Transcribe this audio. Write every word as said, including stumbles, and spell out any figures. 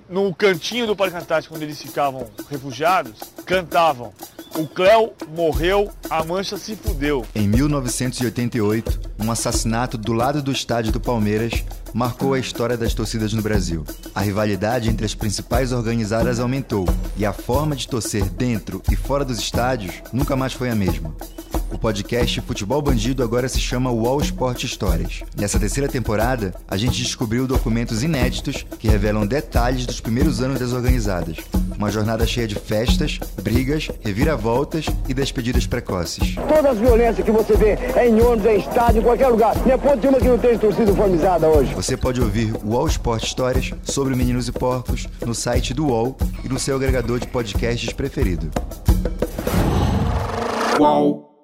no cantinho do Parque Antártico, onde eles ficavam refugiados, cantavam: "O Cléo morreu, a Mancha se fudeu". Em mil novecentos e oitenta e oito, um assassinato do lado do estádio do Palmeiras marcou a história das torcidas no Brasil. A rivalidade entre as principais organizadas aumentou e a forma de torcer dentro e fora dos estádios nunca mais foi a mesma. O podcast Futebol Bandido agora se chama UOL Sport Histórias. Nessa terceira temporada, a gente descobriu documentos inéditos que revelam detalhes dos primeiros anos das organizadas. Uma jornada cheia de festas, brigas, reviravoltas e despedidas precoces. Todas as violências que você vê é em ônibus, é em estádio, em qualquer lugar. Não é ponto de uma que não tenha torcida uniformizada hoje. Você pode ouvir o UOL Sport Histórias sobre Meninos e Porcos no site do UOL e no seu agregador de podcasts preferido. UOL.